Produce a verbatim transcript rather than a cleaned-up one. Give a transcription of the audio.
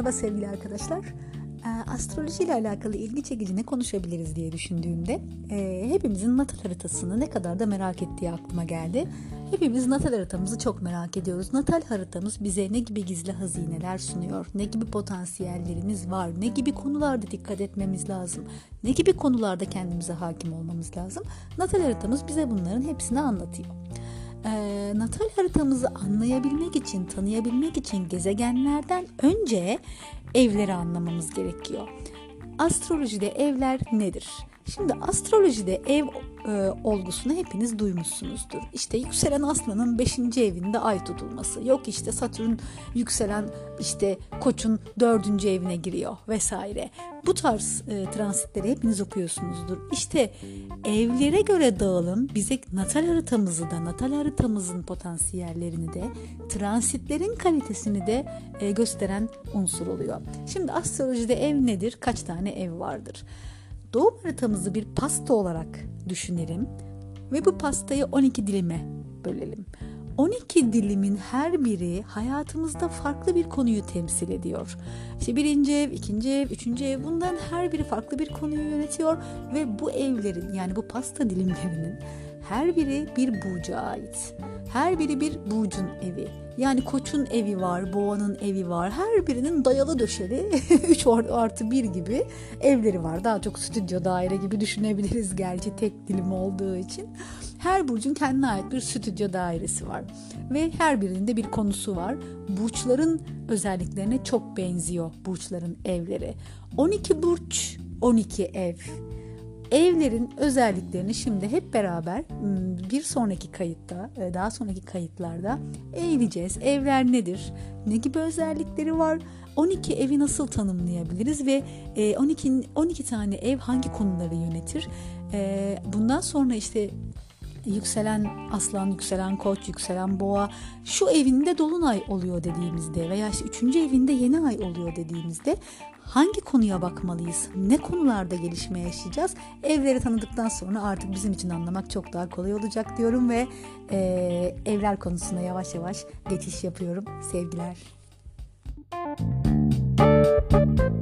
Merhaba sevgili arkadaşlar. Astroloji ile alakalı ilgi çekici ne konuşabiliriz diye düşündüğümde e, hepimizin natal haritasını ne kadar da merak ettiği aklıma geldi. Hepimiz natal haritamızı çok merak ediyoruz. Natal haritamız bize ne gibi gizli hazineler sunuyor, ne gibi potansiyellerimiz var, ne gibi konularda dikkat etmemiz lazım, ne gibi konularda kendimize hakim olmamız lazım. Natal haritamız bize bunların hepsini anlatıyor. E, natal haritamızı anlayabilmek için, tanıyabilmek için gezegenlerden önce evleri anlamamız gerekiyor. Astrolojide evler nedir? Şimdi astrolojide ev e, olgusunu hepiniz duymuşsunuzdur. İşte yükselen aslanın beşinci evinde ay tutulması. Yok işte Satürn yükselen işte Koç'un dördüncü evine giriyor vesaire. Bu tarz e, transitleri hepiniz okuyorsunuzdur. İşte evlere göre dağılım bize natal haritamızı da, natal haritamızın potansiyellerini de, transitlerin kalitesini de e, gösteren unsur oluyor. Şimdi astrolojide ev nedir? Kaç tane ev vardır? Doğum haritamızı bir pasta olarak düşünelim ve bu pastayı on iki dilime bölelim. on iki dilimin her biri hayatımızda farklı bir konuyu temsil ediyor. İşte birinci ev, ikinci ev, üçüncü ev, bundan her biri farklı bir konuyu yönetiyor ve bu evlerin, yani bu pasta dilimlerinin her biri bir burca ait. Her biri bir burcun evi. Yani Koç'un evi var, Boğa'nın evi var. Her birinin dayalı döşeli üç artı bir gibi evleri var. Daha çok stüdyo, daire gibi düşünebiliriz gerçi tek dilim olduğu için. Her burcun kendine ait bir stüdyo dairesi var. Ve her birinde bir konusu var. Burçların özelliklerine çok benziyor burçların evleri. on iki burç, on iki ev. Evlerin özelliklerini şimdi hep beraber bir sonraki kayıtta, daha sonraki kayıtlarda eğileceğiz. Evler nedir? Ne gibi özellikleri var? on iki evi nasıl tanımlayabiliriz ve on iki on iki tane ev hangi konuları yönetir? Bundan sonra işte yükselen aslan, yükselen koç, yükselen boğa, şu evinde dolunay oluyor dediğimizde veya işte üçüncü evinde yeni ay oluyor dediğimizde hangi konuya bakmalıyız? Ne konularda gelişme yaşayacağız? Evleri tanıdıktan sonra artık bizim için anlamak çok daha kolay olacak diyorum ve e, evler konusuna yavaş yavaş geçiş yapıyorum. Sevgiler.